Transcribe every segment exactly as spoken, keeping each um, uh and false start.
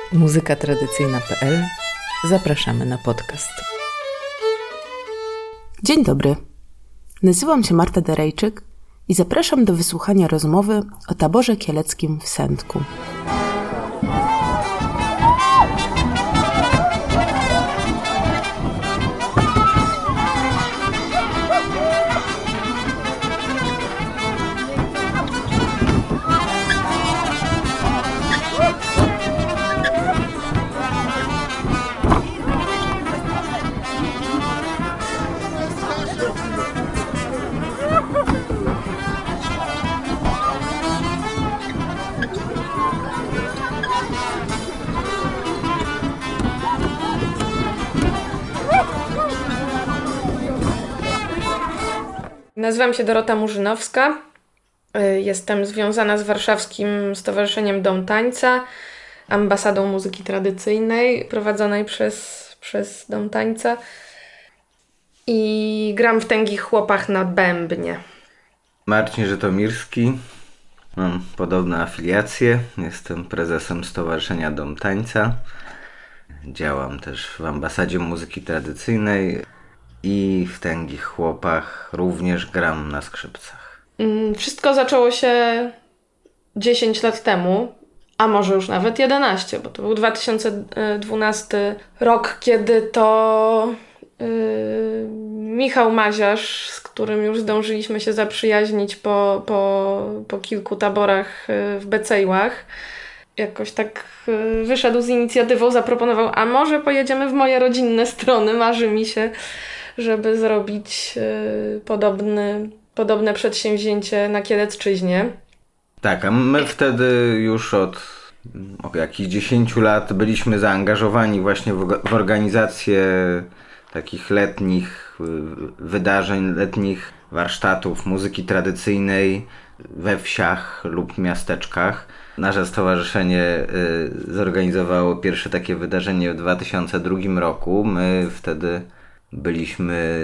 muzyka tradycyjna kropka pe el. Zapraszamy na podcast. Dzień dobry. Nazywam się Marta Derejczyk i zapraszam do wysłuchania rozmowy o taborze kieleckim w Sędku. Nazywam się Dorota Murzynowska. Jestem związana z Warszawskim Stowarzyszeniem Dom Tańca, ambasadą muzyki tradycyjnej prowadzonej przez, przez Dom Tańca i gram w Tęgich Chłopach na bębnie. Marcin Żytomirski, mam podobne afiliacje, jestem prezesem Stowarzyszenia Dom Tańca, działam też w ambasadzie muzyki tradycyjnej i w Tęgich Chłopach również gram na skrzypcach. Wszystko zaczęło się dziesięć lat temu, a może już nawet jedenaście, bo to był dwa tysiące dwunasty rok, kiedy to yy, Michał Maziarz, z którym już zdążyliśmy się zaprzyjaźnić po, po, po kilku taborach w Becejłach, jakoś tak yy, wyszedł z inicjatywą, zaproponował, a może pojedziemy w moje rodzinne strony, marzy mi się, żeby zrobić yy, podobny, podobne przedsięwzięcie na Kielecczyźnie. Tak, a my wtedy już od, od jakichś dziesięciu lat byliśmy zaangażowani właśnie w, w organizację takich letnich wydarzeń, letnich warsztatów muzyki tradycyjnej we wsiach lub miasteczkach. Nasze stowarzyszenie y, zorganizowało pierwsze takie wydarzenie w dwa tysiące drugim roku. My wtedy byliśmy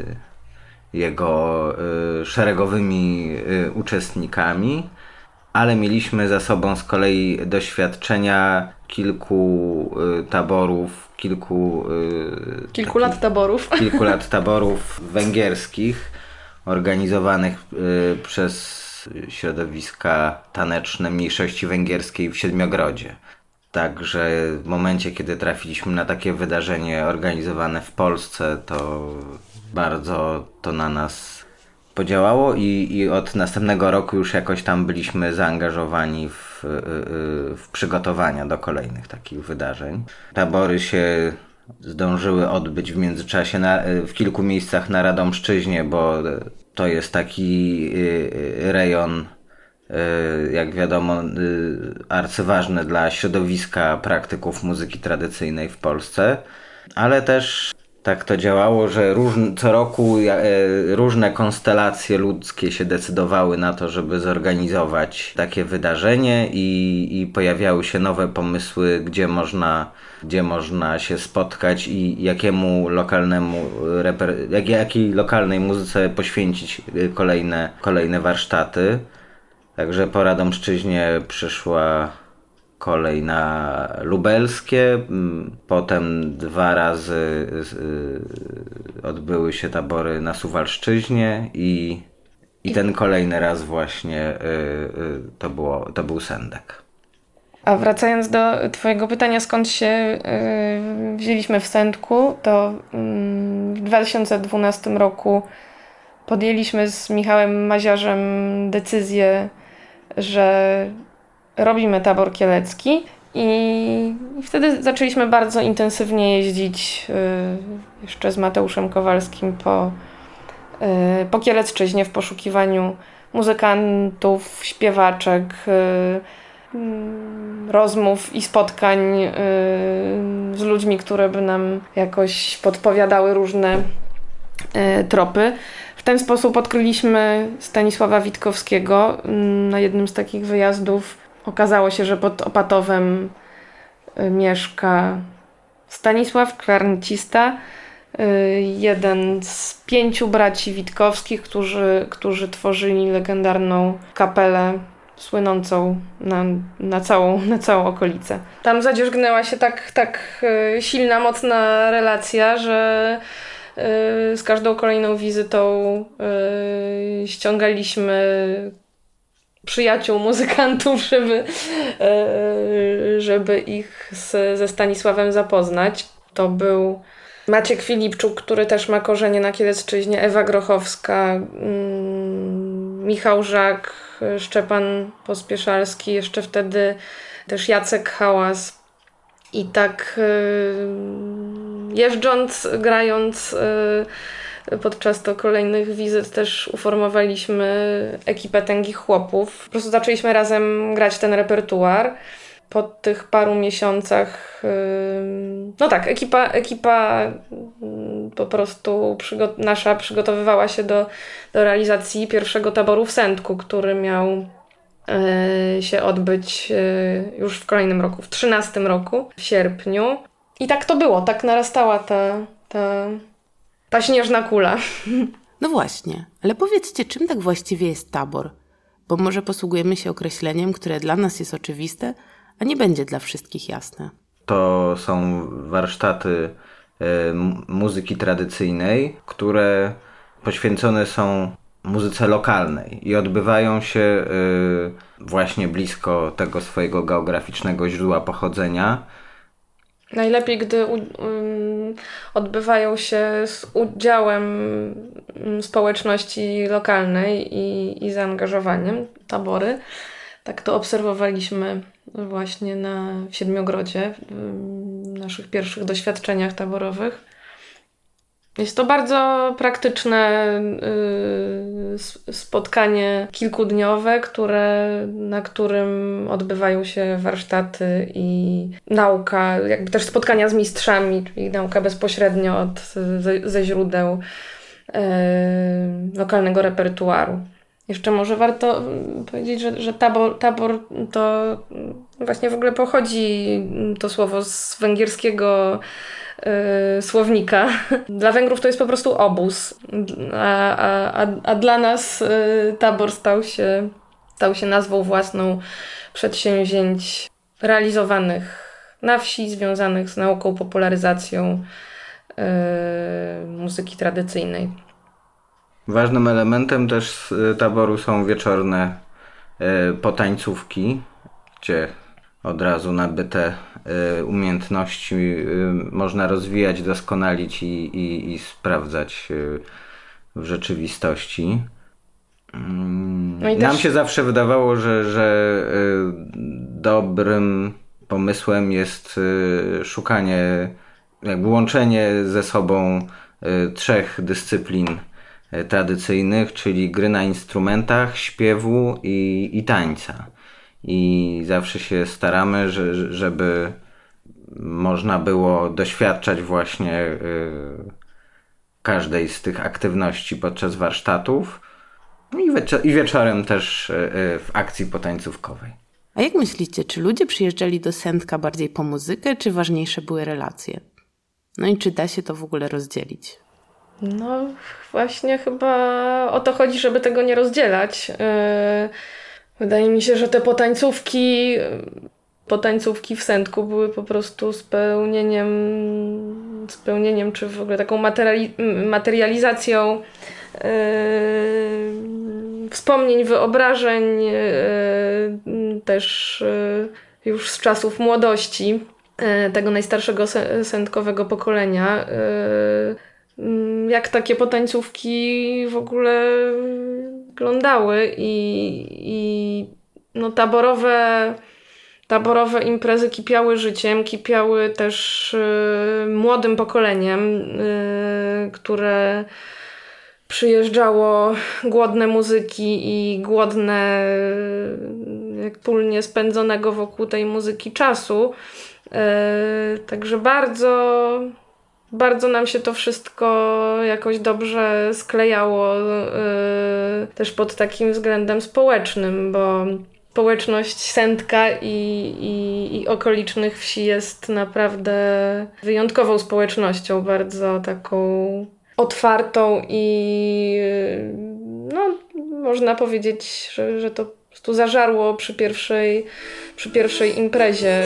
jego y, szeregowymi y, uczestnikami, ale mieliśmy za sobą z kolei doświadczenia kilku y, taborów, kilku, y, kilku takich, lat taborów. Kilku lat taborów węgierskich, organizowanych y, przez środowiska taneczne mniejszości węgierskiej w Siedmiogrodzie. Także w momencie, kiedy trafiliśmy na takie wydarzenie organizowane w Polsce, to bardzo to na nas podziałało i, i od następnego roku już jakoś tam byliśmy zaangażowani w, w przygotowania do kolejnych takich wydarzeń. Tabory się zdążyły odbyć w międzyczasie na, w kilku miejscach na Radomszczyźnie, bo to jest taki rejon, jak wiadomo, arcyważny dla środowiska praktyków muzyki tradycyjnej w Polsce, ale też tak to działało, że róż, co roku różne konstelacje ludzkie się decydowały na to, żeby zorganizować takie wydarzenie i, i pojawiały się nowe pomysły, gdzie można, gdzie można się spotkać i jakiemu lokalnemu, reper, jak, jakiej lokalnej muzyce poświęcić kolejne, kolejne warsztaty. Także po Radomszczyźnie przyszła kolej na lubelskie, potem dwa razy odbyły się tabory na Suwalszczyźnie i, i ten kolejny raz właśnie to, było, to był Sędek. A wracając do twojego pytania, skąd się wzięliśmy w Sędku, to w dwa tysiące dwunastym roku podjęliśmy z Michałem Maziarzem decyzję, że robimy tabor kielecki i wtedy zaczęliśmy bardzo intensywnie jeździć jeszcze z Mateuszem Kowalskim po, po Kielecczyźnie w poszukiwaniu muzykantów, śpiewaczek, rozmów i spotkań z ludźmi, które by nam jakoś podpowiadały różne tropy. W ten sposób odkryliśmy Stanisława Witkowskiego na jednym z takich wyjazdów. Okazało się, że pod Opatowem mieszka Stanisław, klarnecista, jeden z pięciu braci Witkowskich, którzy, którzy tworzyli legendarną kapelę słynącą na, na, całą, na całą okolicę. Tam zadzierzgnęła się tak, tak silna, mocna relacja, że z każdą kolejną wizytą ściągaliśmy przyjaciół muzykanów, żeby, żeby ich z, ze Stanisławem zapoznać. To był Maciek Filipczuk, który też ma korzenie na Kielecczyźnie, Ewa Grochowska, Michał Żak, Szczepan Pospieszalski, jeszcze wtedy też Jacek Hałas. I tak jeżdżąc, grając podczas to kolejnych wizyt też uformowaliśmy ekipę Tęgich Chłopów. Po prostu zaczęliśmy razem grać ten repertuar. Po tych paru miesiącach, no tak, ekipa, ekipa po prostu przygo- nasza przygotowywała się do, do realizacji pierwszego taboru w Sędku, który miał się odbyć już w kolejnym roku, w trzynastym roku, w sierpniu. I tak to było, tak narastała ta, ta, ta śnieżna kula. No właśnie, ale powiedzcie, czym tak właściwie jest tabor? Bo może posługujemy się określeniem, które dla nas jest oczywiste, a nie będzie dla wszystkich jasne. To są warsztaty y, muzyki tradycyjnej, które poświęcone są muzyce lokalnej i odbywają się y, właśnie blisko tego swojego geograficznego źródła pochodzenia. Najlepiej, gdy u, y, odbywają się z udziałem społeczności lokalnej i, i zaangażowaniem, tabory. Tak to obserwowaliśmy właśnie na w Siedmiogrodzie, w naszych pierwszych doświadczeniach taborowych. Jest to bardzo praktyczne y, spotkanie kilkudniowe, które, na którym odbywają się warsztaty i nauka, jakby też spotkania z mistrzami, czyli nauka bezpośrednio od, ze, ze źródeł y, lokalnego repertuaru. Jeszcze może warto powiedzieć, że, że tabor, tabor to właśnie w ogóle pochodzi to słowo z węgierskiego yy, słownika. Dla Węgrów to jest po prostu obóz, a, a, a dla nas yy, tabor stał się, stał się nazwą własną przedsięwzięć realizowanych na wsi, związanych z nauką, popularyzacją yy, muzyki tradycyjnej. Ważnym elementem też taboru są wieczorne y, potańcówki, gdzie od razu nabyte y, umiejętności y, można rozwijać, doskonalić i, i, i sprawdzać y, w rzeczywistości. No i Nam też... się zawsze wydawało, że, że y, dobrym pomysłem jest y, szukanie, jakby łączenie ze sobą y, trzech dyscyplin tradycyjnych, czyli gry na instrumentach, śpiewu i, i tańca. I zawsze się staramy, że, żeby można było doświadczać właśnie y, każdej z tych aktywności podczas warsztatów i, wieczo- i wieczorem też y, w akcji potańcówkowej. A jak myślicie, czy ludzie przyjeżdżali do Sędka bardziej po muzykę, czy ważniejsze były relacje? No i czy da się to w ogóle rozdzielić? No właśnie chyba o to chodzi, żeby tego nie rozdzielać. Wydaje mi się, że te potańcówki, potańcówki w Sędku były po prostu spełnieniem, spełnieniem czy w ogóle taką materiali- materializacją yy, wspomnień, wyobrażeń yy, też yy, już z czasów młodości yy, tego najstarszego sędkowego pokolenia. Yy, jak takie potańcówki w ogóle wyglądały i, i no taborowe, taborowe imprezy kipiały życiem, kipiały też y, młodym pokoleniem, y, które przyjeżdżało głodne muzyki i głodne y, wspólnie spędzonego wokół tej muzyki czasu. Y, także bardzo... Bardzo nam się to wszystko jakoś dobrze sklejało yy, też pod takim względem społecznym, bo społeczność Sędka i, i, i okolicznych wsi jest naprawdę wyjątkową społecznością, bardzo taką otwartą i yy, no, można powiedzieć, że, że to prostu zażarło przy pierwszej, przy pierwszej imprezie.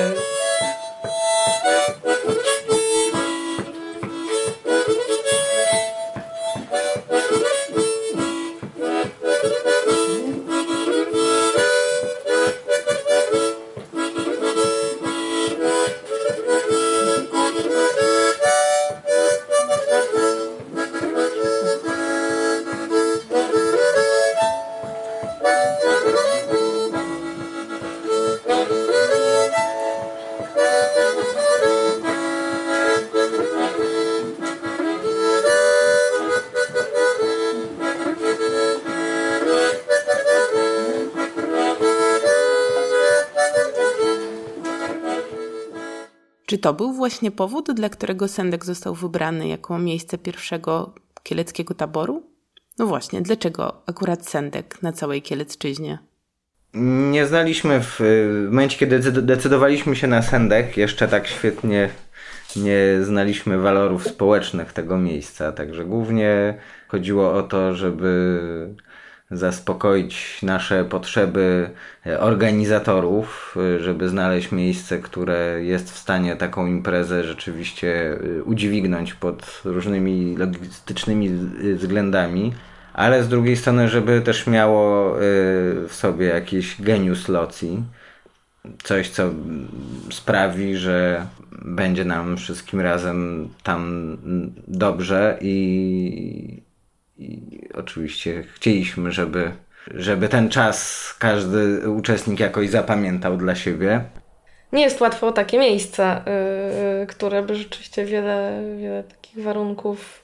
Czy to był właśnie powód, dla którego Sendek został wybrany jako miejsce pierwszego kieleckiego taboru? No właśnie, dlaczego akurat Sendek na całej Kielecczyźnie? Nie znaliśmy w, w momencie, kiedy decydowaliśmy się na Sendek, jeszcze tak świetnie nie znaliśmy walorów społecznych tego miejsca, także głównie chodziło o to, żeby zaspokoić nasze potrzeby organizatorów, żeby znaleźć miejsce, które jest w stanie taką imprezę rzeczywiście udźwignąć pod różnymi logistycznymi względami, ale z drugiej strony, żeby też miało w sobie jakiś genius loci, coś, co sprawi, że będzie nam wszystkim razem tam dobrze i I oczywiście chcieliśmy, żeby, żeby ten czas każdy uczestnik jakoś zapamiętał dla siebie. Nie jest łatwo takie miejsce, yy, które by rzeczywiście wiele, wiele takich warunków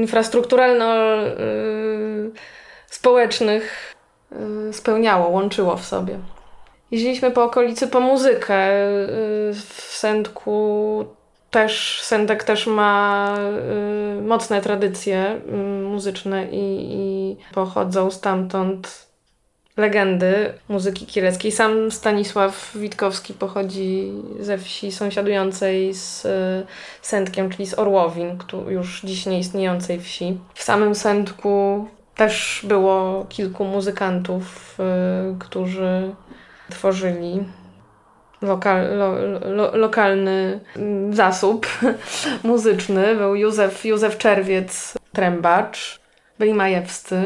infrastrukturalno-społecznych yy, yy, spełniało, łączyło w sobie. Jeździliśmy po okolicy po muzykę. Yy, w Sendku też, Sendek też ma y, mocne tradycje y, muzyczne i, i pochodzą stamtąd legendy muzyki kieleckiej. Sam Stanisław Witkowski pochodzi ze wsi sąsiadującej z y, Sendkiem, czyli z Orłowin, któ- już dziś nieistniejącej wsi. W samym Sendku też było kilku muzykantów, y, którzy tworzyli Lokal, lo, lo, lokalny zasób muzyczny. Był Józef, Józef Czerwiec, trębacz, byli Majewscy.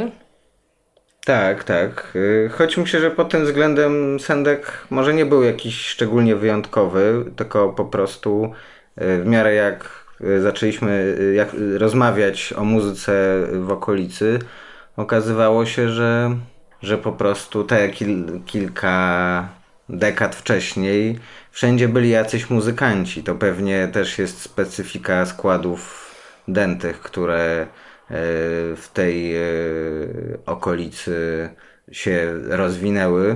Tak, tak. Choć myślę, że pod tym względem Sendek może nie był jakiś szczególnie wyjątkowy, tylko po prostu w miarę jak zaczęliśmy jak rozmawiać o muzyce w okolicy, okazywało się, że, że po prostu te kil, kilka dekad wcześniej wszędzie byli jacyś muzykanci. To pewnie też jest specyfika składów dętych, które w tej okolicy się rozwinęły,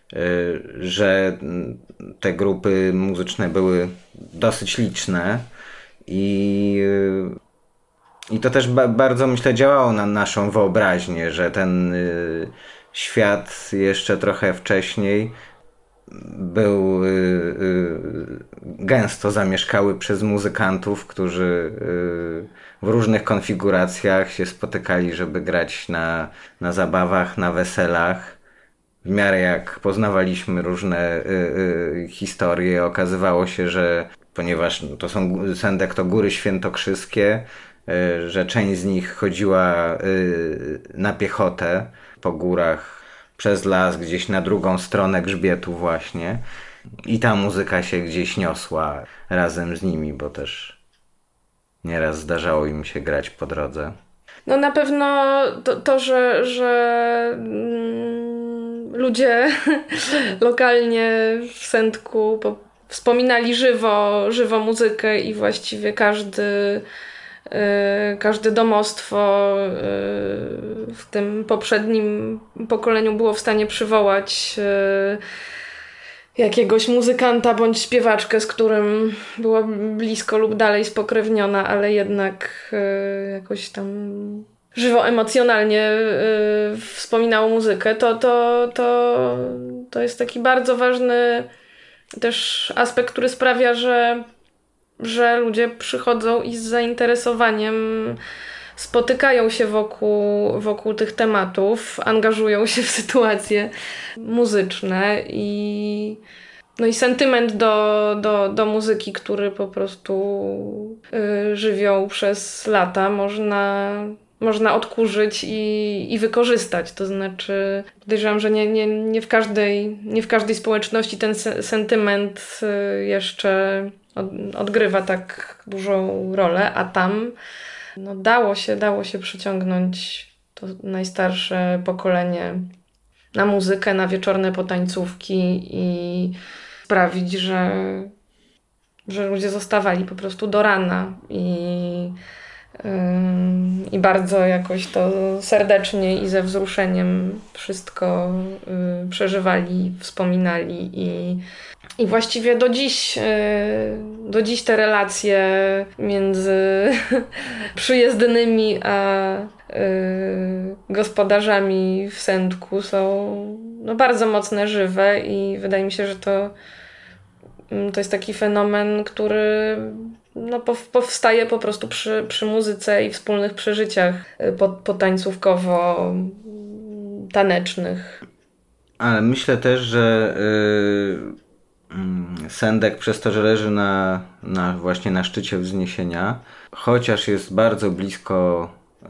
że te grupy muzyczne były dosyć liczne i, i to też ba- bardzo, myślę, działało na naszą wyobraźnię, że ten świat jeszcze trochę wcześniej był y, y, gęsto zamieszkały przez muzykantów, którzy y, w różnych konfiguracjach się spotykali, żeby grać na, na zabawach, na weselach. W miarę jak poznawaliśmy różne y, y, historie, okazywało się, że ponieważ to są Sendek to góry świętokrzyskie, y, że część z nich chodziła y, na piechotę po górach przez las, gdzieś na drugą stronę grzbietu właśnie. I ta muzyka się gdzieś niosła razem z nimi, bo też nieraz zdarzało im się grać po drodze. No na pewno to, to że, że mm, ludzie lokalnie w Sendku po, wspominali żywo, żywo muzykę i właściwie każdy Każde domostwo w tym poprzednim pokoleniu było w stanie przywołać jakiegoś muzykanta bądź śpiewaczkę, z którym była blisko lub dalej spokrewniona, ale jednak jakoś tam żywo, emocjonalnie wspominało muzykę. To, to, to, to jest taki bardzo ważny też aspekt, który sprawia, że że ludzie przychodzą i z zainteresowaniem spotykają się wokół, wokół tych tematów, angażują się w sytuacje muzyczne i, no i sentyment do, do, do muzyki, który po prostu y, żywią przez lata, można, można odkurzyć i, i wykorzystać. To znaczy, podejrzewam, że nie, nie, nie, w każdej, nie w każdej społeczności ten se, sentyment y, jeszcze od, odgrywa tak dużą rolę, a tam no, dało się, dało się przyciągnąć to najstarsze pokolenie na muzykę, na wieczorne potańcówki i sprawić, że, że ludzie zostawali po prostu do rana i, yy, i bardzo jakoś to serdecznie i ze wzruszeniem wszystko yy, przeżywali, wspominali i I właściwie do dziś, do dziś te relacje między przyjezdnymi a gospodarzami w Sędku są no, bardzo mocne, żywe i wydaje mi się, że to, to jest taki fenomen, który no, powstaje po prostu przy, przy muzyce i wspólnych przeżyciach potańcówkowo-tanecznych. Ale myślę też, że yy... Sendek przez to, że leży na, na właśnie na szczycie wzniesienia, chociaż jest bardzo blisko y,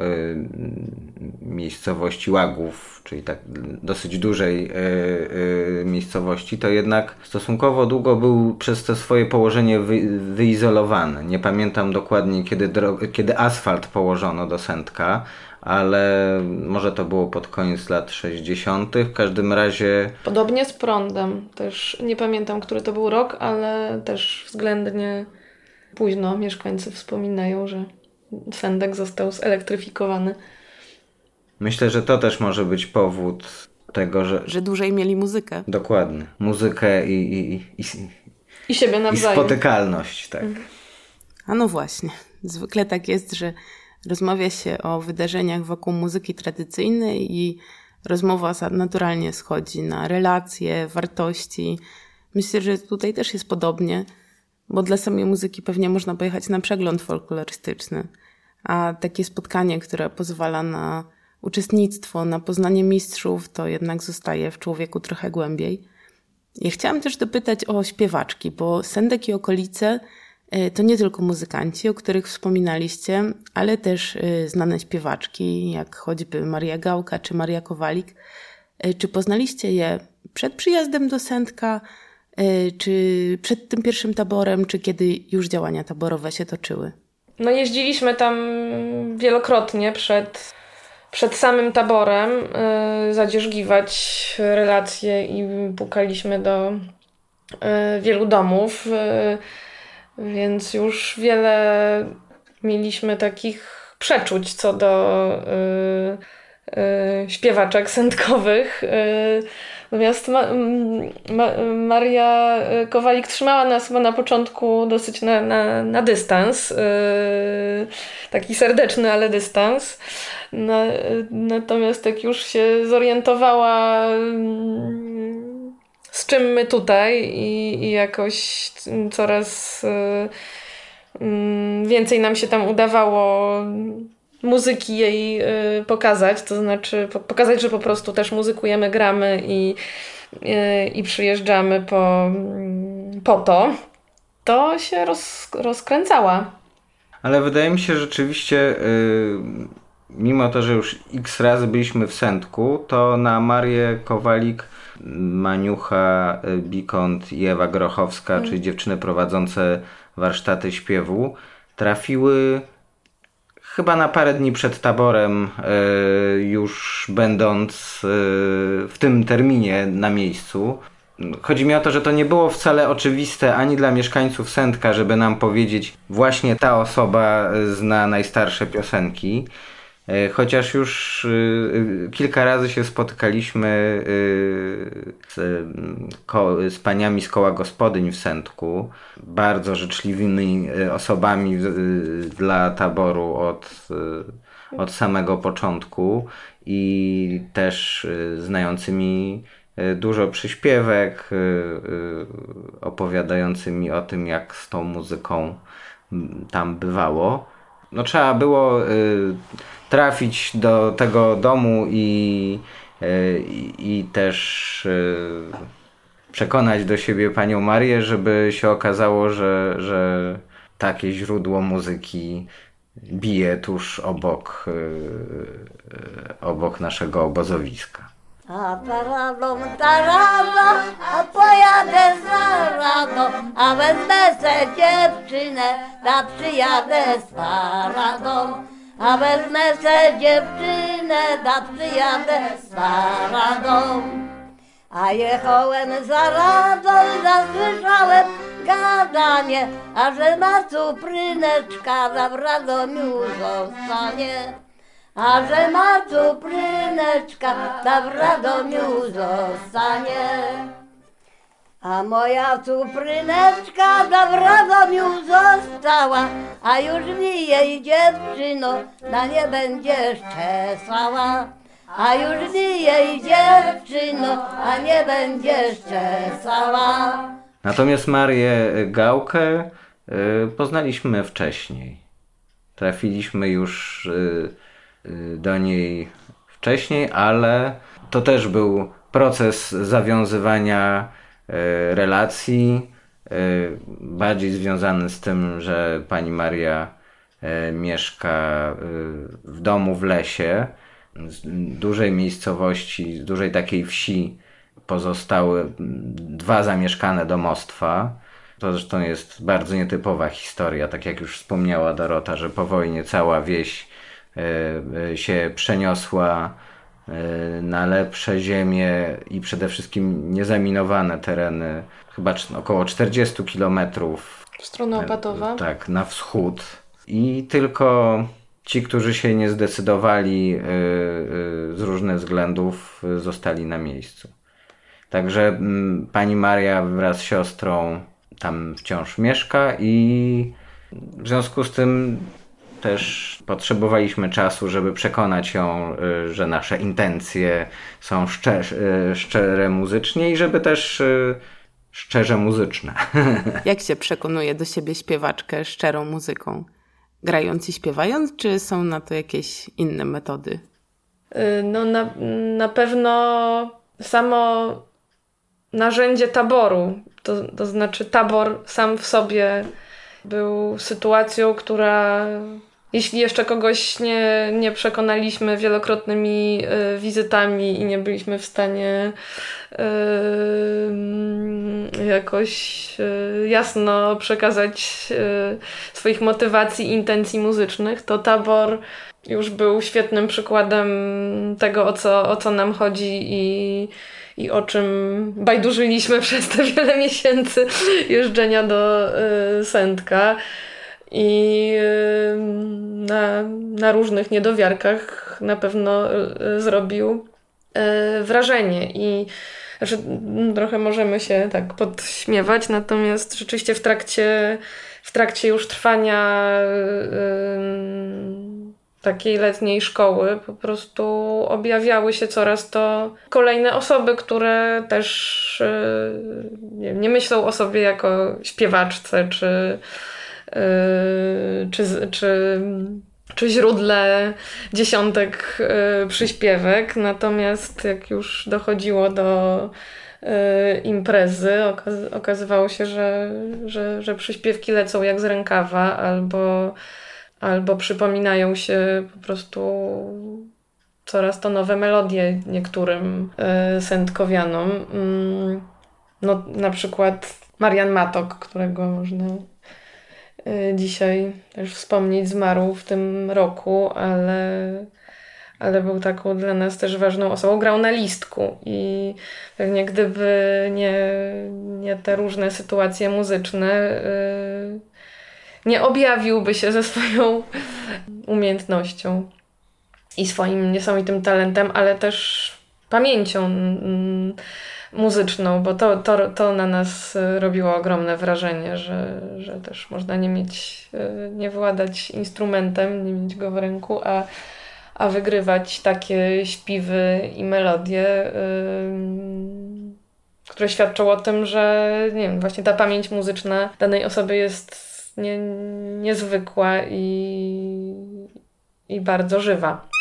miejscowości Łagów, czyli tak dosyć dużej y, y, miejscowości, to jednak stosunkowo długo był przez to swoje położenie wy, wyizolowany. Nie pamiętam dokładnie, kiedy, dro- kiedy asfalt położono do Sędka, ale może to było pod koniec lat sześćdziesiątych. W każdym razie... Podobnie z prądem. Też nie pamiętam, który to był rok, ale też względnie późno mieszkańcy wspominają, że Sendek został zelektryfikowany. Myślę, że to też może być powód tego, że... Że dłużej mieli muzykę. Dokładnie. Muzykę i... I, i, I siebie nawzajem. I spotykalność, tak. Mhm. A no właśnie. Zwykle tak jest, że rozmawia się o wydarzeniach wokół muzyki tradycyjnej i rozmowa naturalnie schodzi na relacje, wartości. Myślę, że tutaj też jest podobnie, bo dla samej muzyki pewnie można pojechać na przegląd folklorystyczny, a takie spotkanie, które pozwala na uczestnictwo, na poznanie mistrzów, to jednak zostaje w człowieku trochę głębiej. Ja chciałam też dopytać o śpiewaczki, bo Sendek i okolice to nie tylko muzykanci, o których wspominaliście, ale też znane śpiewaczki, jak choćby Maria Gałka czy Maria Kowalik. Czy poznaliście je przed przyjazdem do Sędka, czy przed tym pierwszym taborem, czy kiedy już działania taborowe się toczyły? No jeździliśmy tam wielokrotnie przed, przed samym taborem yy, zadzierzgiwać relacje i pukaliśmy do yy, wielu domów. Yy, Więc już wiele mieliśmy takich przeczuć co do y, y, śpiewaczek sędkowych. Y, natomiast ma, ma, Maria Kowalik trzymała nas chyba na początku dosyć na, na, na dystans. Y, taki serdeczny, ale dystans. Na, natomiast jak już się zorientowała, z czym my tutaj i, i jakoś coraz y, y, więcej nam się tam udawało muzyki jej y, pokazać, to znaczy po, pokazać, że po prostu też muzykujemy, gramy i, y, i przyjeżdżamy po, y, po to, to się roz, rozkręcała. Ale wydaje mi się, że rzeczywiście yy, mimo to, że już x razy byliśmy w Sędku, to na Marię Kowalik, Maniucha Bikont i Ewa Grochowska, mm. czyli dziewczyny prowadzące warsztaty śpiewu, trafiły chyba na parę dni przed taborem, yy, już będąc yy, w tym terminie na miejscu. Chodzi mi o to, że to nie było wcale oczywiste ani dla mieszkańców Sędka, żeby nam powiedzieć, właśnie ta osoba zna najstarsze piosenki. Chociaż już y, kilka razy się spotykaliśmy y, z, ko, z paniami z koła gospodyń w Sędku, bardzo życzliwymi osobami y, dla taboru od, y, od samego początku i też y, znającymi y, dużo przyśpiewek, y, y, opowiadającymi o tym, jak z tą muzyką y, tam bywało. no, trzeba było y, trafić do tego domu i, y, i też y, przekonać do siebie panią Marię, żeby się okazało, że, że takie źródło muzyki bije tuż obok, y, y, obok naszego obozowiska. A taradą, taradą, a pojadę za radą, a wezmę se dziewczynę, a przyjadę z paradą. A wezmę se dziewczynę, a przyjadę z paradą. A jechałem za radą, zasłyszałem gadanie, a że ma cupryneczka, za w Radomiu zostanie. A że ma cupryneczka, ta w Radomiu zostanie. A moja cupryneczka ta w Radomiu została, a już mi jej dziewczyno na nie będziesz czesała. A już mi jej dziewczyno, a nie będziesz czesała. Natomiast Marię Gałkę y, poznaliśmy wcześniej. Trafiliśmy już y, y, do niej wcześniej, ale to też był proces zawiązywania y, relacji, y, bardziej związany z tym, że pani Maria y, mieszka y, w domu w lesie, z dużej miejscowości, z dużej takiej wsi pozostały dwa zamieszkane domostwa. To zresztą jest bardzo nietypowa historia, tak jak już wspomniała Dorota, że po wojnie cała wieś y, y, się przeniosła y, na lepsze ziemie i przede wszystkim niezaminowane tereny, chyba około czterdzieści kilometrów. W stronę Opatowa. Y, tak, na wschód. I tylko ci, którzy się nie zdecydowali y, y, z różnych względów, y, zostali na miejscu. Także y, pani Maria wraz z siostrą tam wciąż mieszka i w związku z tym też potrzebowaliśmy czasu, żeby przekonać ją, y, że nasze intencje są szczerze, y, szczere muzycznie i żeby też y, szczerze muzyczne. Jak się przekonuje do siebie śpiewaczkę szczerą muzyką? Grając i śpiewając, czy są na to jakieś inne metody? No na, na pewno samo narzędzie taboru, to, to znaczy tabor sam w sobie był sytuacją, która, jeśli jeszcze kogoś nie, nie przekonaliśmy wielokrotnymi y, wizytami i nie byliśmy w stanie y, jakoś y, jasno przekazać y, swoich motywacji i intencji muzycznych, to tabor już był świetnym przykładem tego, o co, o co nam chodzi i i o czym bajdurzyliśmy przez te wiele miesięcy jeżdżenia do y, Sędka. I y, na, na różnych niedowiarkach na pewno y, zrobił y, wrażenie. I znaczy, trochę możemy się tak podśmiewać, natomiast rzeczywiście w trakcie, w trakcie już trwania y, takiej letniej szkoły po prostu objawiały się coraz to kolejne osoby, które też nie, nie myślą o sobie jako śpiewaczce czy, czy, czy, czy źródle dziesiątek przyśpiewek. Natomiast jak już dochodziło do imprezy, okaz- okazywało się, że, że, że przyśpiewki lecą jak z rękawa albo Albo przypominają się po prostu coraz to nowe melodie niektórym y, sędkowianom. Mm, no, na przykład Marian Matok, którego można y, dzisiaj też wspomnieć, zmarł w tym roku, ale, ale był taką dla nas też ważną osobą. Grał na listku i pewnie gdyby nie, nie te różne sytuacje muzyczne, y, nie objawiłby się ze swoją umiejętnością i swoim niesamowitym talentem, ale też pamięcią mm, muzyczną, bo to, to, to na nas robiło ogromne wrażenie, że, że też można nie mieć, nie władać instrumentem, nie mieć go w ręku, a, a wygrywać takie śpiewy i melodie, yy, które świadczą o tym, że nie wiem, właśnie ta pamięć muzyczna danej osoby jest nie, niezwykła i, i bardzo żywa.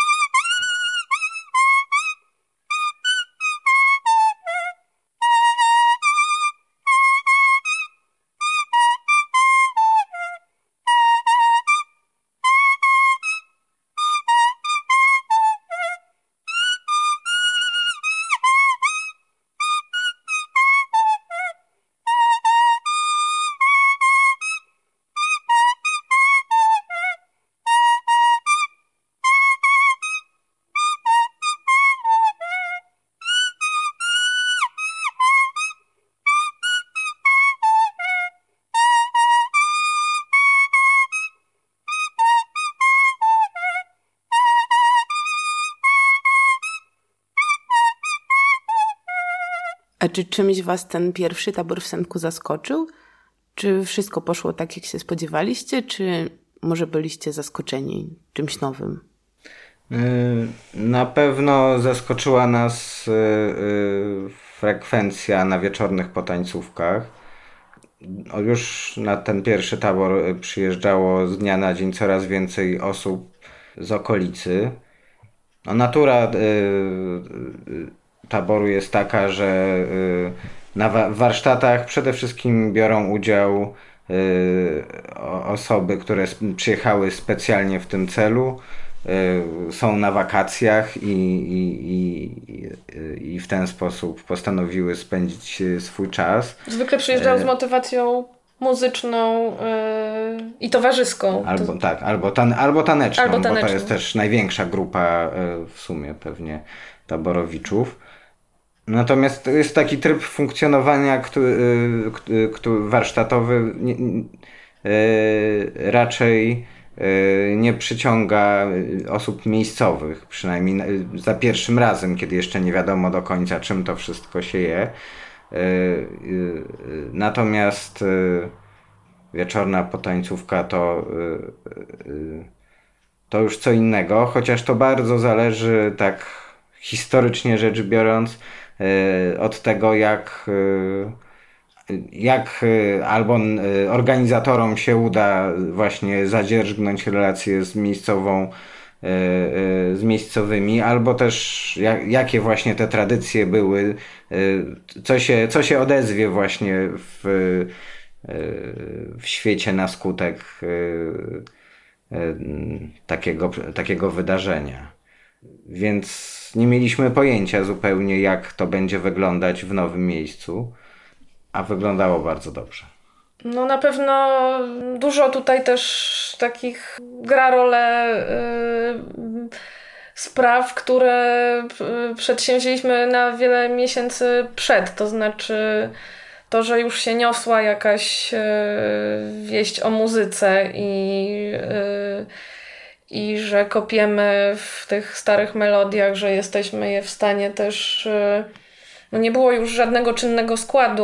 A czy czymś was ten pierwszy tabor w Sępku zaskoczył? Czy wszystko poszło tak, jak się spodziewaliście, czy może byliście zaskoczeni czymś nowym? Na pewno zaskoczyła nas frekwencja na wieczornych potańcówkach. Już na ten pierwszy tabor przyjeżdżało z dnia na dzień coraz więcej osób z okolicy. No, natura taboru jest taka, że na warsztatach przede wszystkim biorą udział osoby, które przyjechały specjalnie w tym celu, są na wakacjach i, i, i, i w ten sposób postanowiły spędzić swój czas. Zwykle przyjeżdżają z motywacją muzyczną yy, i towarzyską. Albo to... tak, albo, tan, albo, taneczną, albo taneczną, bo to jest też największa grupa w sumie pewnie taborowiczów. Natomiast jest taki tryb funkcjonowania który, który warsztatowy raczej nie przyciąga osób miejscowych, przynajmniej za pierwszym razem, kiedy jeszcze nie wiadomo do końca, czym to wszystko się je. Natomiast wieczorna potańcówka to, to już co innego, chociaż to bardzo zależy, tak historycznie rzecz biorąc, od tego, jak, jak albo organizatorom się uda właśnie zadzierżgnąć relacje z miejscową, z miejscowymi, albo też jak, jakie właśnie te tradycje były, co się, co się odezwie właśnie w, w świecie na skutek takiego, takiego wydarzenia. Więc nie mieliśmy pojęcia zupełnie, jak to będzie wyglądać w nowym miejscu, a wyglądało bardzo dobrze. No na pewno dużo tutaj też takich gra rolę yy, spraw, które przedsięwzięliśmy na wiele miesięcy przed. To znaczy to, że już się niosła jakaś yy, wieść o muzyce i yy, i że kopiemy w tych starych melodiach, że jesteśmy je w stanie też... No nie było już żadnego czynnego składu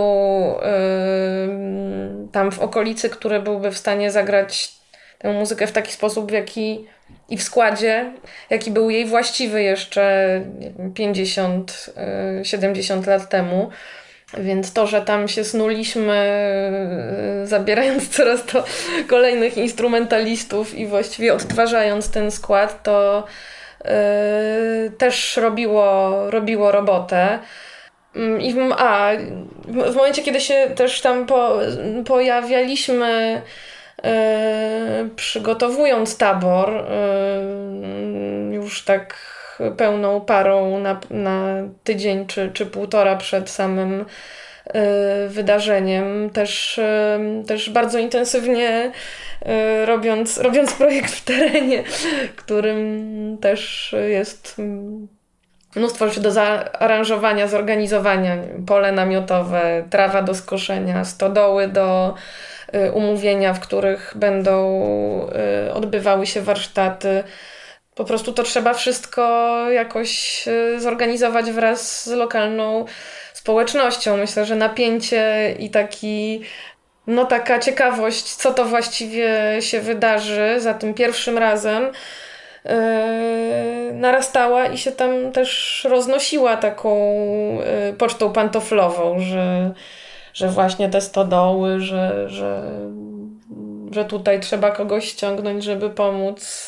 yy, tam w okolicy, który byłby w stanie zagrać tę muzykę w taki sposób, w jaki i w składzie, jaki był jej właściwy jeszcze pięćdziesiąt siedemdziesiąt lat temu. Więc to, że tam się snuliśmy, zabierając coraz to kolejnych instrumentalistów i właściwie odtwarzając ten skład, to yy, też robiło, robiło robotę. I w, a, w momencie, kiedy się też tam po, pojawialiśmy, yy, przygotowując tabor, yy, już tak pełną parą na, na tydzień czy, czy półtora przed samym y, wydarzeniem. Też, y, też bardzo intensywnie y, robiąc, robiąc projekt w terenie, którym też jest mnóstwo rzeczy do zaaranżowania, zorganizowania. Pole namiotowe, trawa do skoszenia, stodoły do y, umówienia, w których będą y, odbywały się warsztaty. Po prostu to trzeba wszystko jakoś zorganizować wraz z lokalną społecznością. Myślę, że napięcie i taki, no taka ciekawość, co to właściwie się wydarzy za tym pierwszym razem, yy, narastała i się tam też roznosiła taką yy, pocztą pantoflową, że, że właśnie te stodoły, że, że że tutaj trzeba kogoś ściągnąć, żeby pomóc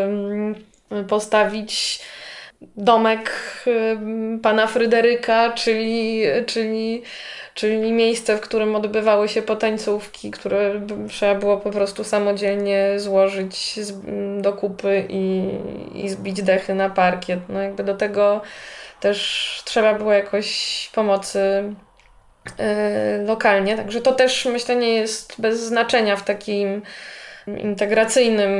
postawić domek pana Fryderyka, czyli, czyli, czyli miejsce, w którym odbywały się potańcówki, które trzeba było po prostu samodzielnie złożyć do kupy i, i zbić dechy na parkiet. No jakby do tego też trzeba było jakoś pomocy yy, lokalnie, także to też myślę nie jest bez znaczenia w takim integracyjnym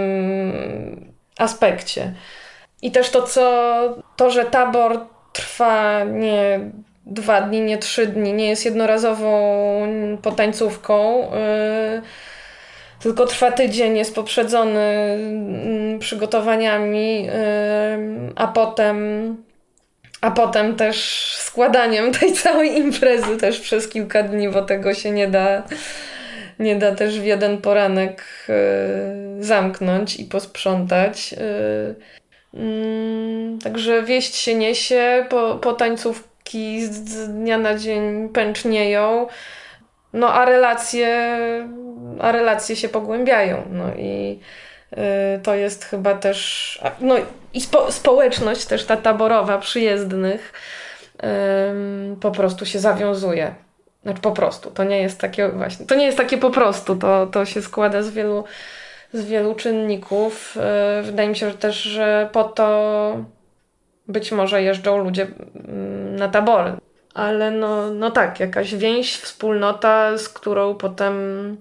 aspekcie. I też to, co, to, że tabor trwa nie dwa dni, nie trzy dni, nie jest jednorazową potańcówką, yy, tylko trwa tydzień, jest poprzedzony yy, przygotowaniami, yy, a potem a potem też składaniem tej całej imprezy też przez kilka dni, bo tego się nie da nie da też w jeden poranek yy, zamknąć i posprzątać. Yy, yy, także wieść się niesie, po, potańcówki z, z dnia na dzień pęcznieją, no a relacje, a relacje się pogłębiają. No i yy, to jest chyba też, no i spo, społeczność też ta taborowa, przyjezdnych yy, po prostu się zawiązuje. Znaczy po prostu, to nie jest takie właśnie, to nie jest takie po prostu, to, to się składa z wielu, z wielu czynników. Yy, wydaje mi się że też, że po to być może jeżdżą ludzie yy, na tabory. Ale no, no tak, jakaś więź, wspólnota, z którą potem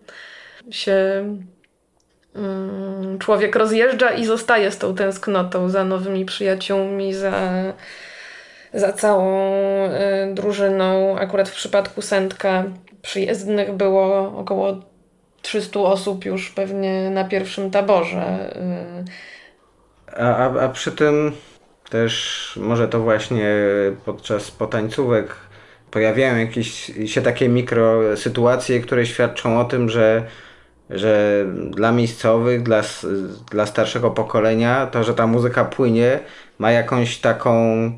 się yy, człowiek rozjeżdża i zostaje z tą tęsknotą za nowymi przyjaciółmi, za... za całą y, drużyną. Akurat w przypadku Sędka przyjezdnych było około trzysta osób już pewnie na pierwszym taborze. Y. A, a, a przy tym też może to właśnie podczas potańcówek pojawiają jakieś się takie mikrosytuacje, które świadczą o tym, że że dla miejscowych, dla, dla starszego pokolenia to, że ta muzyka płynie, ma jakąś taką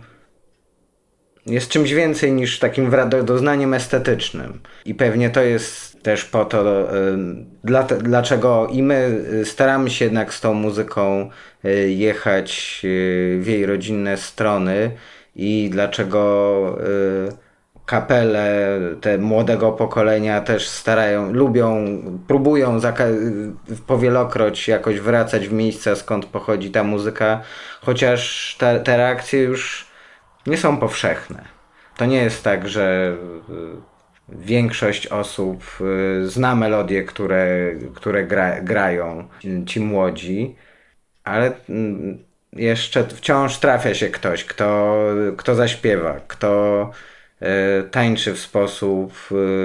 jest czymś więcej niż takim doznaniem estetycznym. I pewnie to jest też po to, dla, dlaczego i my staramy się jednak z tą muzyką jechać w jej rodzinne strony i dlaczego kapele te młodego pokolenia też starają, lubią, próbują zaka- powielokroć jakoś wracać w miejsca, skąd pochodzi ta muzyka, chociaż te, te reakcje już nie są powszechne. To nie jest tak, że większość osób zna melodie, które, które gra, grają ci młodzi, ale jeszcze wciąż trafia się ktoś, kto, kto zaśpiewa, kto tańczy w sposób,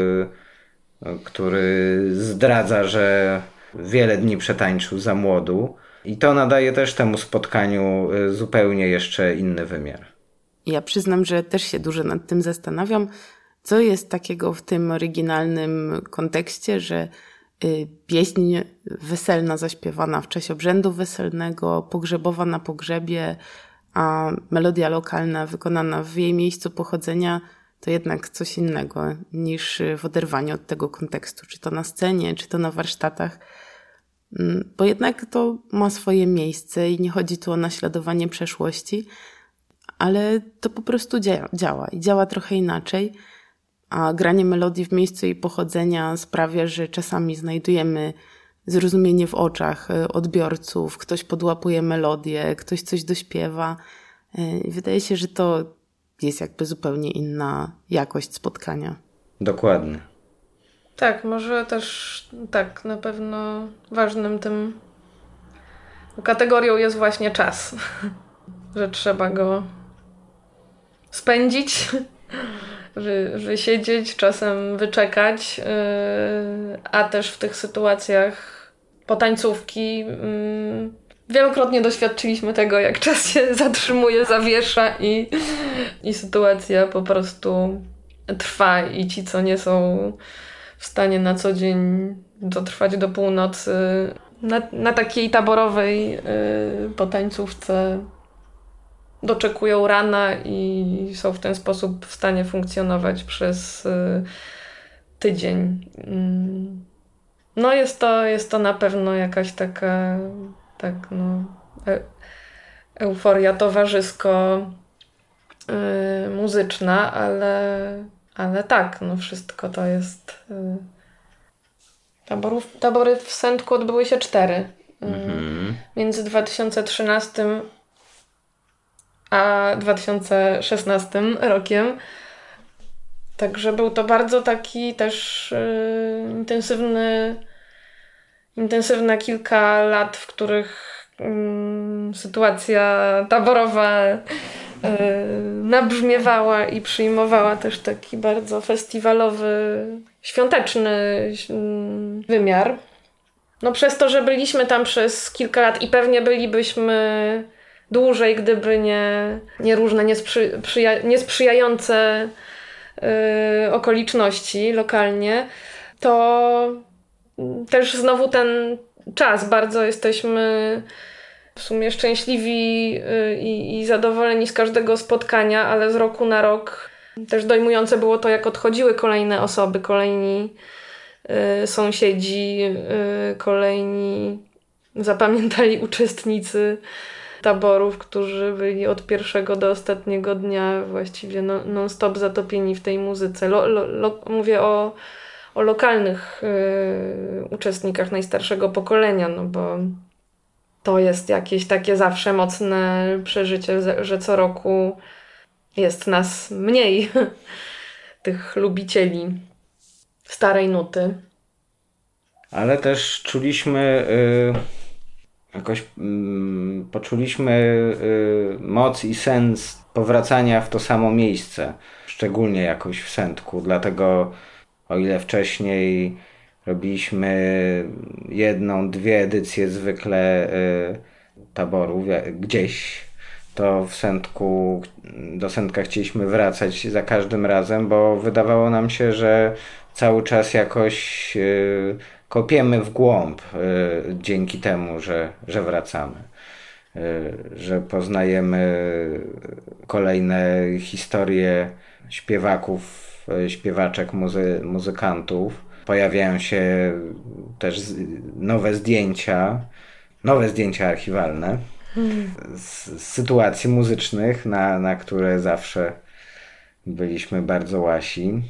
który zdradza, że wiele dni przetańczył za młodu. I to nadaje też temu spotkaniu zupełnie jeszcze inny wymiar. Ja przyznam, że też się dużo nad tym zastanawiam, co jest takiego w tym oryginalnym kontekście, że pieśń weselna zaśpiewana w czasie obrzędu weselnego, pogrzebowa na pogrzebie, a melodia lokalna wykonana w jej miejscu pochodzenia to jednak coś innego niż w oderwaniu od tego kontekstu, czy to na scenie, czy to na warsztatach, bo jednak to ma swoje miejsce i nie chodzi tu o naśladowanie przeszłości, ale to po prostu dzia- działa i działa trochę inaczej, a granie melodii w miejscu jej pochodzenia sprawia, że czasami znajdujemy zrozumienie w oczach odbiorców, ktoś podłapuje melodię, ktoś coś dośpiewa. Wydaje się, że to jest jakby zupełnie inna jakość spotkania. Dokładnie. Tak, może też tak, na pewno ważnym tym kategorią jest właśnie czas, że trzeba go spędzić, wy, wysiedzieć, czasem wyczekać, yy, a też w tych sytuacjach potańcówki yy, wielokrotnie doświadczyliśmy tego, jak czas się zatrzymuje, zawiesza i, i sytuacja po prostu trwa i ci, co nie są w stanie na co dzień dotrwać do północy, na, na takiej taborowej yy, potańcówce doczekują rana i są w ten sposób w stanie funkcjonować przez yy, tydzień. Yy. No jest to, jest to na pewno jakaś taka tak, no, e- euforia towarzysko y, muzyczna, ale, ale tak, no wszystko to jest... Y, taborów, tabory w Sędku odbyły się cztery. Y, mhm. Między dwa tysiące trzynastym a dwa tysiące szesnastym rokiem. Także był to bardzo taki też y, intensywny, intensywne kilka lat, w których y, sytuacja taborowa y, nabrzmiewała i przyjmowała też taki bardzo festiwalowy, świąteczny y, wymiar. No przez to, że byliśmy tam przez kilka lat i pewnie bylibyśmy dłużej, gdyby nie, nie różne niesprzy, przyja, niesprzyjające y, okoliczności lokalnie, to też znowu ten czas, bardzo jesteśmy w sumie szczęśliwi y, i, i zadowoleni z każdego spotkania, ale z roku na rok też dojmujące było to, jak odchodziły kolejne osoby, kolejni y, sąsiedzi, y, kolejni zapamiętali uczestnicy taborów, którzy byli od pierwszego do ostatniego dnia właściwie no, non-stop zatopieni w tej muzyce. Lo, lo, lo, mówię o, o lokalnych y, uczestnikach najstarszego pokolenia, no bo to jest jakieś takie zawsze mocne przeżycie, że co roku jest nas mniej, tych lubicieli starej nuty. Ale też czuliśmy... Y... Jakoś mm, poczuliśmy y, moc i sens powracania w to samo miejsce, szczególnie jakoś w Sędku. Dlatego o ile wcześniej robiliśmy jedną, dwie edycje zwykle y, taborów gdzieś, to w Sędku, do Sędka chcieliśmy wracać za każdym razem, bo wydawało nam się, że cały czas jakoś... Y, kopiemy w głąb y, dzięki temu, że, że wracamy, y, że poznajemy kolejne historie śpiewaków, y, śpiewaczek, muzy, muzykantów. Pojawiają się też z, nowe zdjęcia, nowe zdjęcia archiwalne hmm. z, z sytuacji muzycznych, na, na które zawsze byliśmy bardzo łasi.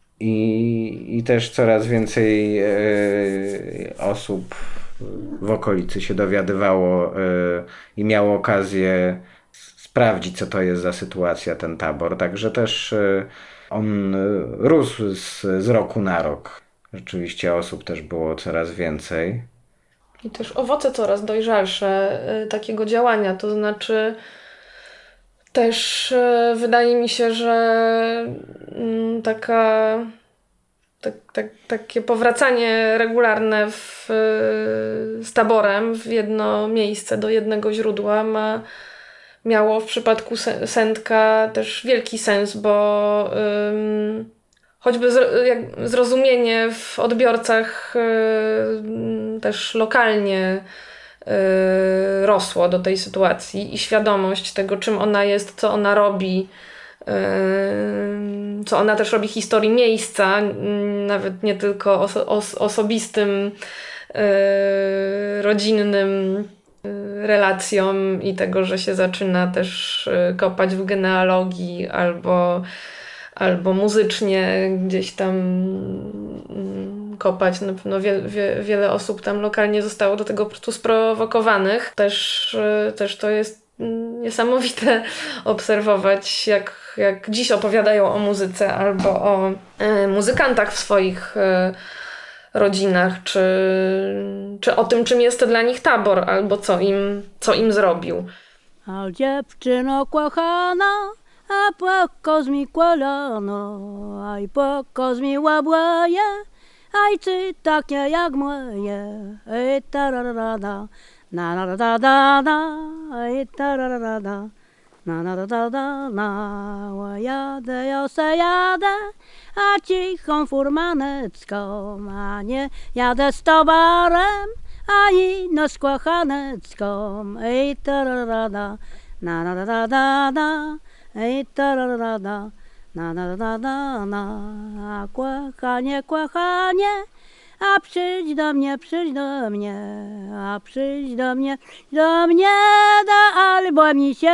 I, I też coraz więcej y, osób w okolicy się dowiadywało y, i miało okazję sprawdzić, co to jest za sytuacja, ten tabor. Także też y, on rósł z, z roku na rok. Rzeczywiście osób też było coraz więcej. I też owoce coraz dojrzalsze y, takiego działania, to znaczy też y, wydaje mi się, że y, taka tak, tak, takie powracanie regularne w, y, z taborem w jedno miejsce, do jednego źródła ma, miało w przypadku Sędka też wielki sens, bo y, choćby z, jak, zrozumienie w odbiorcach y, też lokalnie y, rosło do tej sytuacji i świadomość tego, czym ona jest, co ona robi, y, co ona też robi historii miejsca, y, nawet nie tylko oso- os- osobistym, y, rodzinnym y, relacjom i tego, że się zaczyna też y, kopać w genealogii albo albo muzycznie gdzieś tam kopać. Na pewno wie, wie, wiele osób tam lokalnie zostało do tego po prostu sprowokowanych. Też, też to jest niesamowite obserwować, jak, jak dziś opowiadają o muzyce albo o e, muzykantach w swoich e, rodzinach, czy, czy o tym, czym jest dla nich tabor, albo co im, co im zrobił. A dziewczyno kochana, a poko mi kolano, aj poko mi łabłaje, aj ty takie jak moje, ej tararada, na na da da da, ej tararada, na na da da da, na jadę, ja se jadę, a cichą furmanecką, a nie jadę z towarem, a ino z kłachanecką, ej tararada, na na da da da da. Ej, tararada, na na na na na, kłachanie, kłachanie, a przyjdź do mnie, przyjdź do mnie, a przyjdź do mnie, do mnie, da albo mi się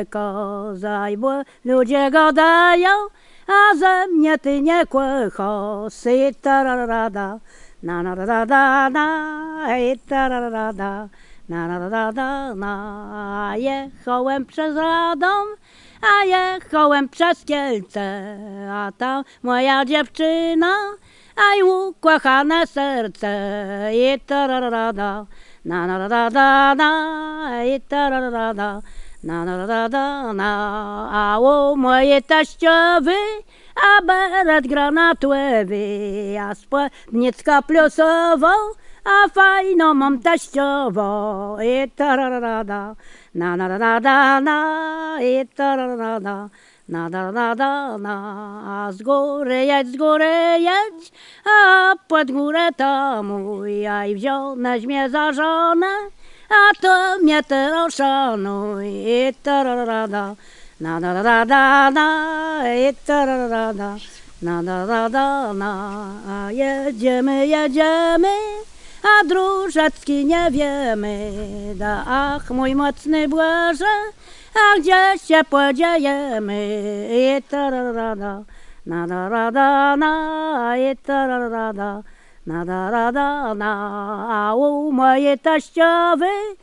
płyko, bo ludzie gadają, a ze mnie ty nie kłycho, sy tararada, na na da da na, i tararada, na na da da na, jechałem przez Radom, a jechałem przez Kielce, a tam moja dziewczyna, aj ukochane serce, i tararada, na na da da na, i tararada, na na da da na, a u mojej teściowy, a beret granatowy, a spódnicka plusową, a fajną mam teściową, i tararada, na na da da na, i tararada, na da da da na, a z góry jedź, z góry jedź, a pod górę to mój, a i wziąłeś mnie za żonę, a to mnie teraz szanuj, i tararada, na da da da na, i tararada, na da da da na, a jedziemy, jedziemy, a Dróżecki nie wiemy, da ach mój mocny Błaże, a gdzie się podziejemy, i tararada, na da da da na, i tararada, na da da da na, a u mojej teściowy,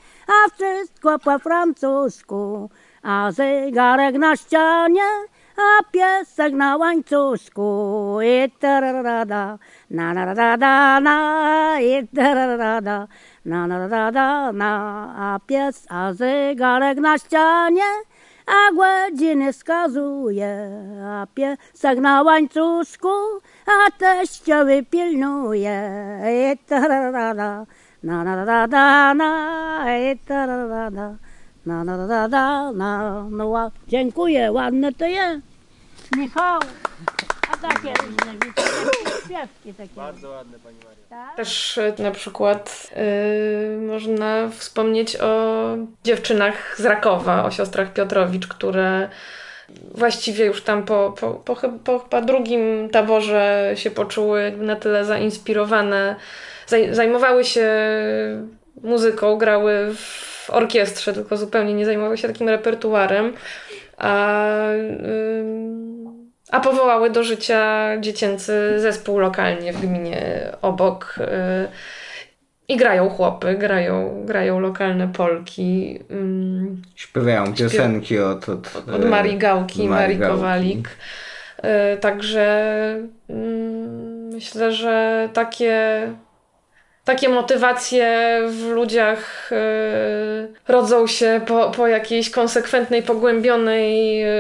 a wszystko po francusku, a zegarek na ścianie, a piesek na łańcuszku, i tararada, na da da da na, i tararada, na da da da na, a pies, a zegarek na ścianie, a godziny wskazuje, a piesek na łańcuszku, a teściowy pilnuje, i tararada, na da da da na, i tararada, na da da da na, no ła- dziękuję, ładne to jest. Michał, a takie różne śpiewki takie. Bardzo ładne, Pani Maria. Też y, na przykład y, można wspomnieć o dziewczynach z Rakowa, o siostrach Piotrowicz, które właściwie już tam po, po, po, chy- po chyba drugim taborze się poczuły na tyle zainspirowane, zaj- zajmowały się muzyką, grały w orkiestrze, tylko zupełnie nie zajmowały się takim repertuarem, a, ym, a powołały do życia dziecięcy zespół lokalnie w gminie obok. Yy, I grają chłopy, grają, grają lokalne Polki. Ym, Śpiewają piosenki od, od, od Marii Gałki, Marii Gałki. Kowalik. Yy, Także ym, myślę, że takie, takie motywacje w ludziach yy, rodzą się po, po jakiejś konsekwentnej, pogłębionej yy,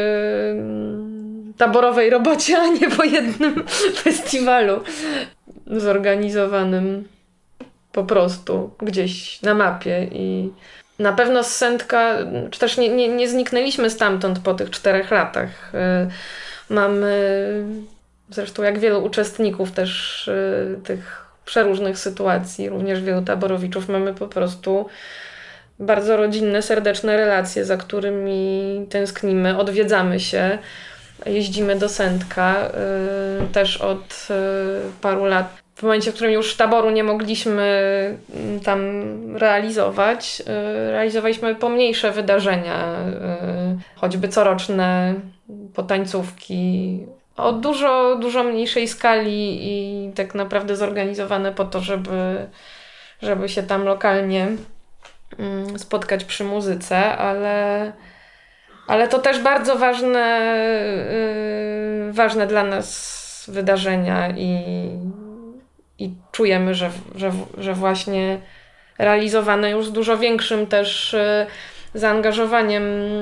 taborowej robocie, a nie po jednym festiwalu zorganizowanym po prostu gdzieś na mapie. I na pewno z Sędka, czy też nie, nie, nie zniknęliśmy stamtąd po tych czterech latach. Yy, Mamy zresztą jak wielu uczestników też yy, tych przeróżnych sytuacji, również wielu taborowiczów, mamy po prostu bardzo rodzinne, serdeczne relacje, za którymi tęsknimy, odwiedzamy się, jeździmy do Sędka yy, też od yy, paru lat. W momencie, w którym już taboru nie mogliśmy yy, tam realizować, yy, realizowaliśmy pomniejsze wydarzenia, yy, choćby coroczne potańcówki, o dużo, dużo mniejszej skali i tak naprawdę zorganizowane po to, żeby, żeby się tam lokalnie mm, spotkać przy muzyce, ale, ale to też bardzo ważne, yy, ważne dla nas wydarzenia i, i czujemy, że, że, że właśnie realizowane już z dużo większym też yy, zaangażowaniem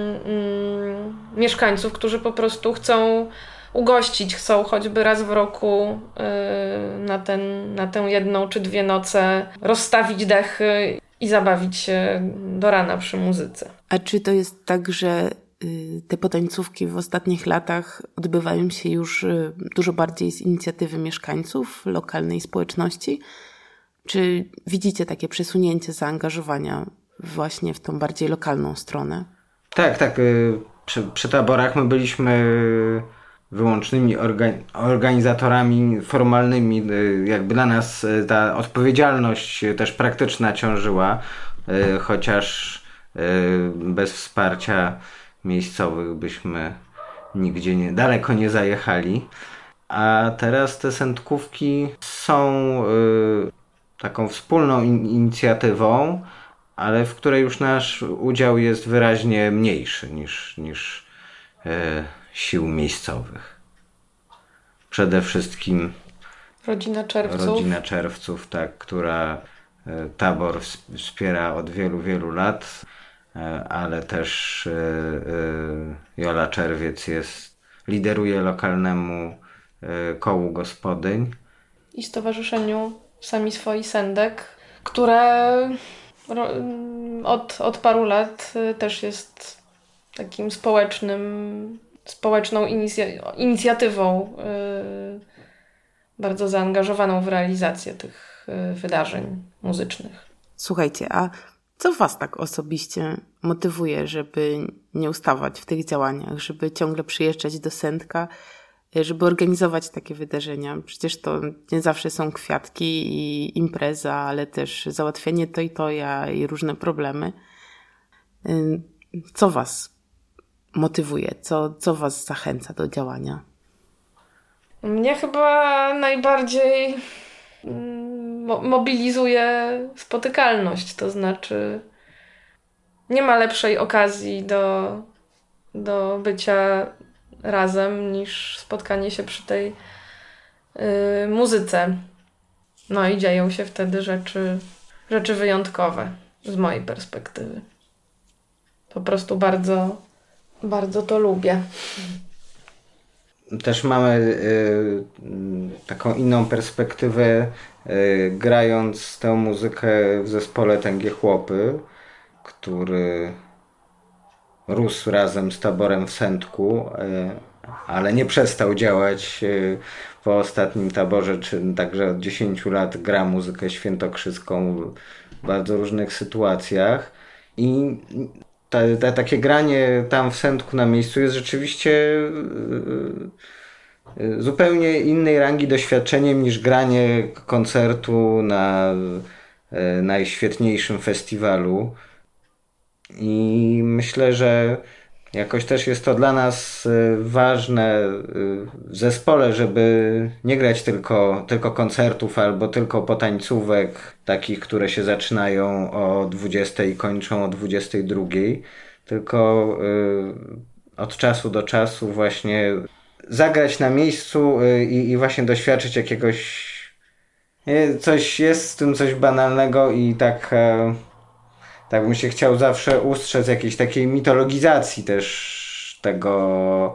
yy, mieszkańców, którzy po prostu chcą ugościć, chcą choćby raz w roku yy, na, ten, na tę jedną czy dwie noce rozstawić dechy i zabawić się do rana przy muzyce. A czy to jest tak, że y, te potańcówki w ostatnich latach odbywają się już y, dużo bardziej z inicjatywy mieszkańców lokalnej społeczności? Czy widzicie takie przesunięcie zaangażowania właśnie w tą bardziej lokalną stronę? Tak, tak. Przy, przy taborach my byliśmy wyłącznymi orga- organizatorami formalnymi. Jakby na nas ta odpowiedzialność też praktyczna ciążyła, chociaż bez wsparcia miejscowych byśmy nigdzie nie, daleko nie zajechali. A teraz te sędkówki są taką wspólną in- inicjatywą, ale w której już nasz udział jest wyraźnie mniejszy niż, niż e, sił miejscowych. Przede wszystkim Rodzina Czerwców. Rodzina Czerwców, tak, która e, tabor wspiera od wielu, wielu lat, e, ale też e, e, Jola Czerwiec jest, lideruje lokalnemu e, kołu gospodyń. I stowarzyszeniu Sami Swoi Sendek, które od, od paru lat też jest takim społecznym, społeczną inicja- inicjatywą yy, bardzo zaangażowaną w realizację tych yy, wydarzeń muzycznych. Słuchajcie, a co was tak osobiście motywuje, żeby nie ustawać w tych działaniach, żeby ciągle przyjeżdżać do Sendka, żeby organizować takie wydarzenia? Przecież to nie zawsze są kwiatki i impreza, ale też załatwienie to i toja i różne problemy. Co was motywuje? Co, co was zachęca do działania? Mnie chyba najbardziej mo- mobilizuje spotykalność, to znaczy nie ma lepszej okazji do, do bycia razem niż spotkanie się przy tej yy, muzyce. No i dzieją się wtedy rzeczy, rzeczy wyjątkowe z mojej perspektywy. Po prostu bardzo, bardzo to lubię. Też mamy y, taką inną perspektywę, y, grając tę muzykę w zespole Tęgie Chłopy, który rósł razem z taborem w Sędku, ale nie przestał działać po ostatnim taborze, czy także od dziesięciu lat gra muzykę świętokrzyską w bardzo różnych sytuacjach. I ta, ta, takie granie tam w Sędku na miejscu jest rzeczywiście zupełnie innej rangi doświadczeniem niż granie koncertu na najświetniejszym festiwalu. I myślę, że jakoś też jest to dla nas ważne w zespole, żeby nie grać tylko, tylko koncertów albo tylko potańcówek, takich, które się zaczynają o dwudziestej i kończą o dwudziestej drugiej, tylko od czasu do czasu właśnie zagrać na miejscu i, i właśnie doświadczyć jakiegoś... Coś jest w tym coś banalnego i tak... Tak bym się chciał zawsze ustrzec jakiejś takiej mitologizacji też tego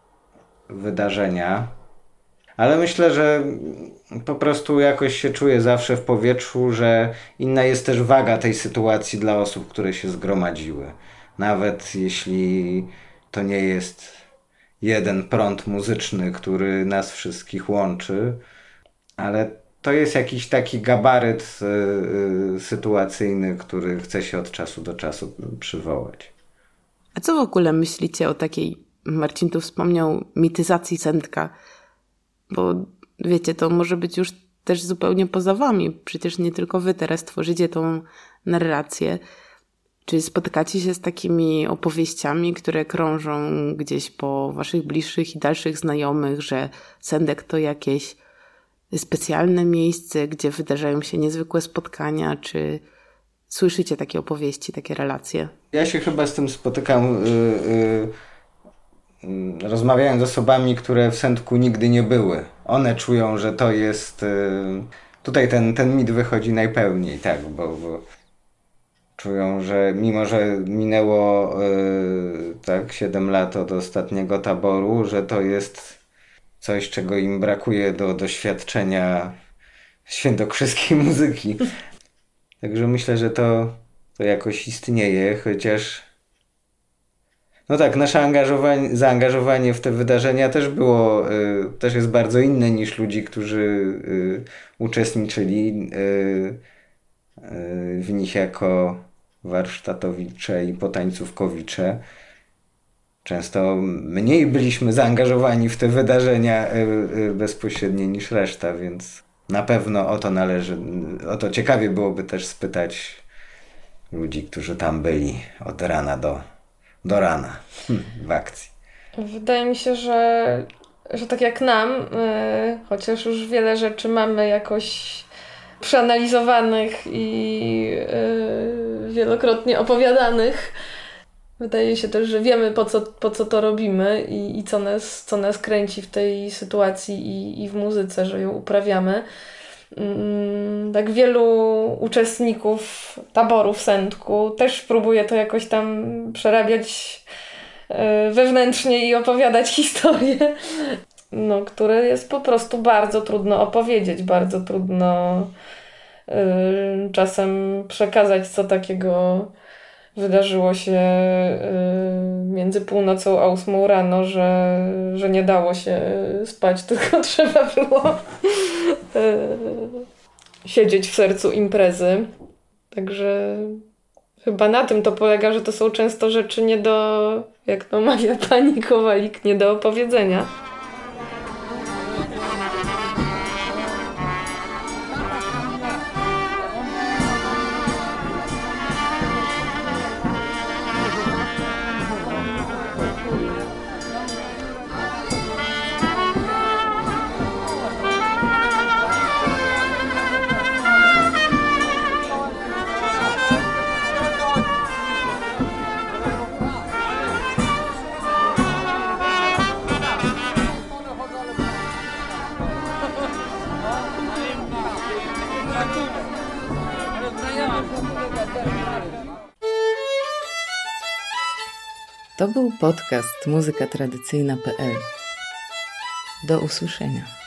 wydarzenia. Ale myślę, że po prostu jakoś się czuję zawsze w powietrzu, że inna jest też waga tej sytuacji dla osób, które się zgromadziły. Nawet jeśli to nie jest jeden prąd muzyczny, który nas wszystkich łączy, ale to jest jakiś taki gabaryt y, y, sytuacyjny, który chce się od czasu do czasu przywołać. A co w ogóle myślicie o takiej, Marcin tu wspomniał, mityzacji Sędka? Bo wiecie, to może być już też zupełnie poza wami. Przecież nie tylko wy teraz tworzycie tą narrację. Czy spotykacie się z takimi opowieściami, które krążą gdzieś po waszych bliższych i dalszych znajomych, że Sędek to jakieś specjalne miejsce, gdzie wydarzają się niezwykłe spotkania? Czy słyszycie takie opowieści, takie relacje? Ja się chyba z tym spotykam, yy, yy, rozmawiając z osobami, które w Sędku nigdy nie były. One czują, że to jest... Yy, tutaj ten, ten mit wychodzi najpełniej, tak, bo, bo czują, że mimo, że minęło yy, tak siedem lat od ostatniego taboru, że to jest coś, czego im brakuje do doświadczenia świętokrzyskiej muzyki. Także myślę, że to, to jakoś istnieje, chociaż no tak, nasze angażowanie, zaangażowanie w te wydarzenia też było, y, też jest bardzo inne niż ludzi, którzy y, uczestniczyli y, y, w nich jako warsztatowicze i potańcówkowicze. często mniej byliśmy zaangażowani w te wydarzenia bezpośrednie niż reszta, więc na pewno o to należy, o to ciekawie byłoby też spytać ludzi, którzy tam byli od rana do, do rana w akcji. Wydaje mi się, że, że tak jak nam, yy, chociaż już wiele rzeczy mamy jakoś przeanalizowanych i yy, wielokrotnie opowiadanych, wydaje się też, że wiemy po co, po co to robimy i, i co, nas, co nas kręci w tej sytuacji i, i w muzyce, że ją uprawiamy. Tak wielu uczestników taboru w Sędku też próbuje to jakoś tam przerabiać wewnętrznie i opowiadać historię, no, które jest po prostu bardzo trudno opowiedzieć, bardzo trudno y, czasem przekazać, co takiego wydarzyło się y, między północą a ósmą rano, że, że nie dało się spać, tylko trzeba było y, siedzieć w sercu imprezy. Także chyba na tym to polega, że to są często rzeczy nie do, jak to mawia pani Kowalik, nie do opowiedzenia. To był podcast muzyka tradycyjna kropka pe el. Do usłyszenia.